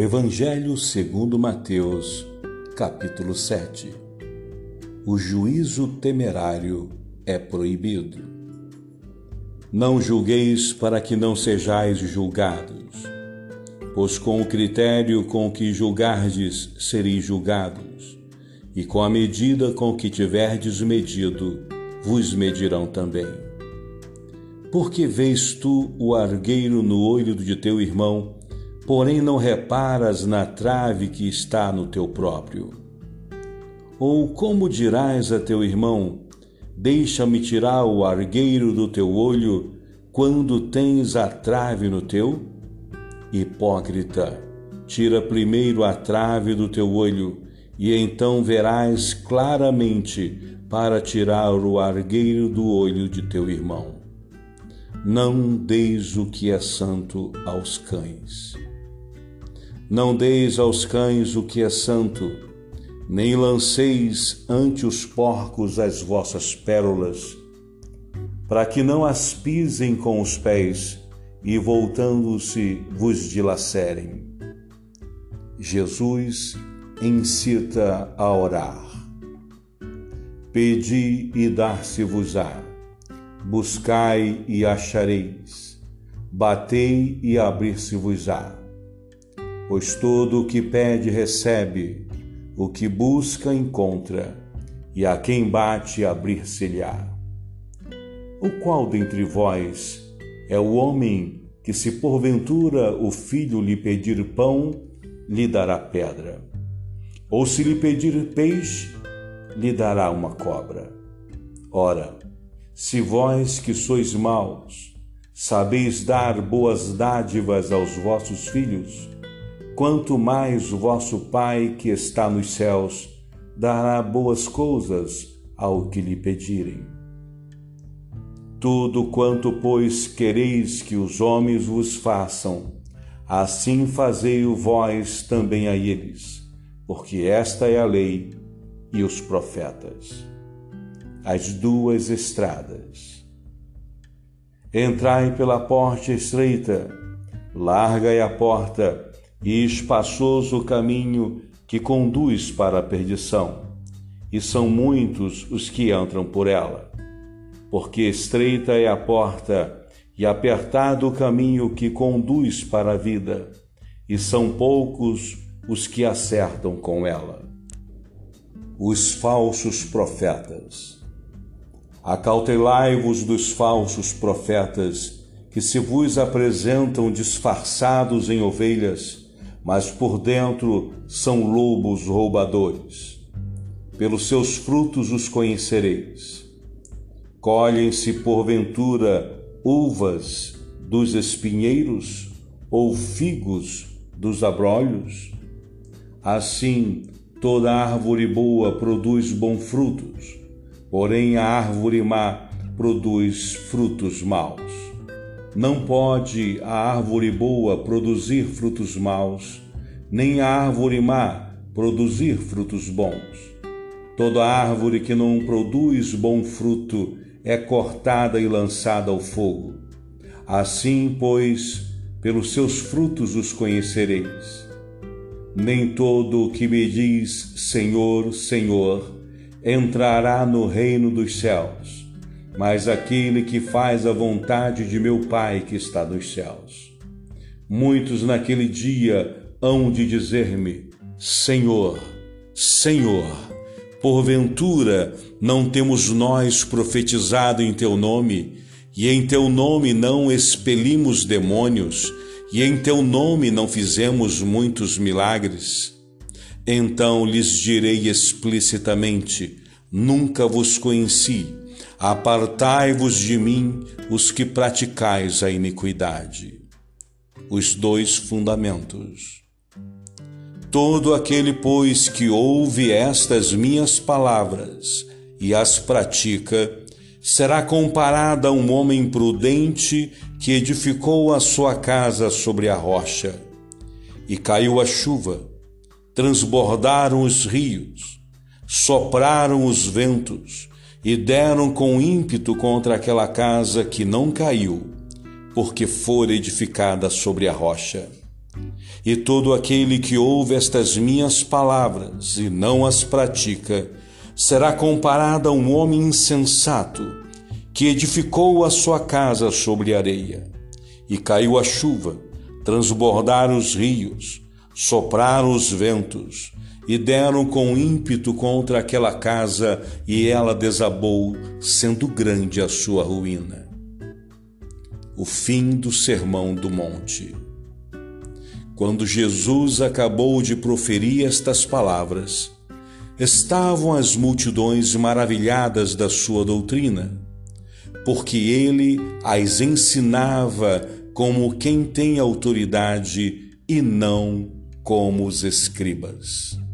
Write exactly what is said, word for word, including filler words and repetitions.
Evangelho segundo Mateus, capítulo sete. O juízo temerário é proibido. Não julgueis para que não sejais julgados, pois com o critério com que julgardes sereis julgados, e com a medida com que tiverdes medido, vos medirão também. Porque vês tu o argueiro no olho de teu irmão, porém não reparas na trave que está no teu próprio? Ou como dirás a teu irmão: deixa-me tirar o argueiro do teu olho, quando tens a trave no teu? Hipócrita, tira primeiro a trave do teu olho, e então verás claramente para tirar o argueiro do olho de teu irmão. Não deis o que é santo aos cães. Não deis aos cães o que é santo, nem lanceis ante os porcos as vossas pérolas, para que não as pisem com os pés e, voltando-se, vos dilacerem. Jesus incita a orar. Pedi e dar-se-vos-á, buscai e achareis, batei e abrir-se-vos-á. Pois todo o que pede recebe, o que busca encontra, e a quem bate abrir-se-lhe-á. O qual dentre vós é o homem que, se porventura o filho lhe pedir pão, lhe dará pedra? Ou se lhe pedir peixe, lhe dará uma cobra? Ora, se vós que sois maus, sabeis dar boas dádivas aos vossos filhos, quanto mais o vosso Pai que está nos céus dará boas coisas ao que lhe pedirem. Tudo quanto, pois, quereis que os homens vos façam, assim fazei-o vós também a eles, porque esta é a lei e os profetas. As duas estradas. Entrai pela porta estreita, larga é a porta, e espaçoso o caminho que conduz para a perdição, e são muitos os que entram por ela. Porque estreita é a porta e apertado o caminho que conduz para a vida, e são poucos os que acertam com ela. Os falsos profetas. Acautelai-vos dos falsos profetas, que se vos apresentam disfarçados em ovelhas, mas por dentro são lobos roubadores. Pelos seus frutos os conhecereis. Colhem-se porventura uvas dos espinheiros ou figos dos abrolhos? Assim, toda árvore boa produz bons frutos, porém a árvore má produz frutos maus. Não pode a árvore boa produzir frutos maus, nem a árvore má produzir frutos bons. Toda árvore que não produz bom fruto é cortada e lançada ao fogo. Assim, pois, pelos seus frutos os conhecereis. Nem todo o que me diz Senhor, Senhor, entrará no reino dos céus, mas aquele que faz a vontade de meu Pai que está nos céus. Muitos naquele dia hão de dizer-me: Senhor, Senhor, porventura não temos nós profetizado em teu nome, e em teu nome não expelimos demônios, e em teu nome não fizemos muitos milagres? Então lhes direi explicitamente: nunca vos conheci. Apartai-vos de mim, os que praticais a iniquidade. Os dois fundamentos. Todo aquele, pois, que ouve estas minhas palavras e as pratica, será comparado a um homem prudente que edificou a sua casa sobre a rocha. E caiu a chuva, transbordaram os rios, sopraram os ventos, e deram com ímpeto contra aquela casa, que não caiu, porque fora edificada sobre a rocha. E todo aquele que ouve estas minhas palavras e não as pratica, será comparado a um homem insensato que edificou a sua casa sobre areia. E caiu a chuva, transbordaram os rios, sopraram os ventos, e deram com ímpeto contra aquela casa, e ela desabou, sendo grande a sua ruína. O fim do Sermão do Monte. Quando Jesus acabou de proferir estas palavras, estavam as multidões maravilhadas da sua doutrina, porque ele as ensinava como quem tem autoridade e não como os escribas.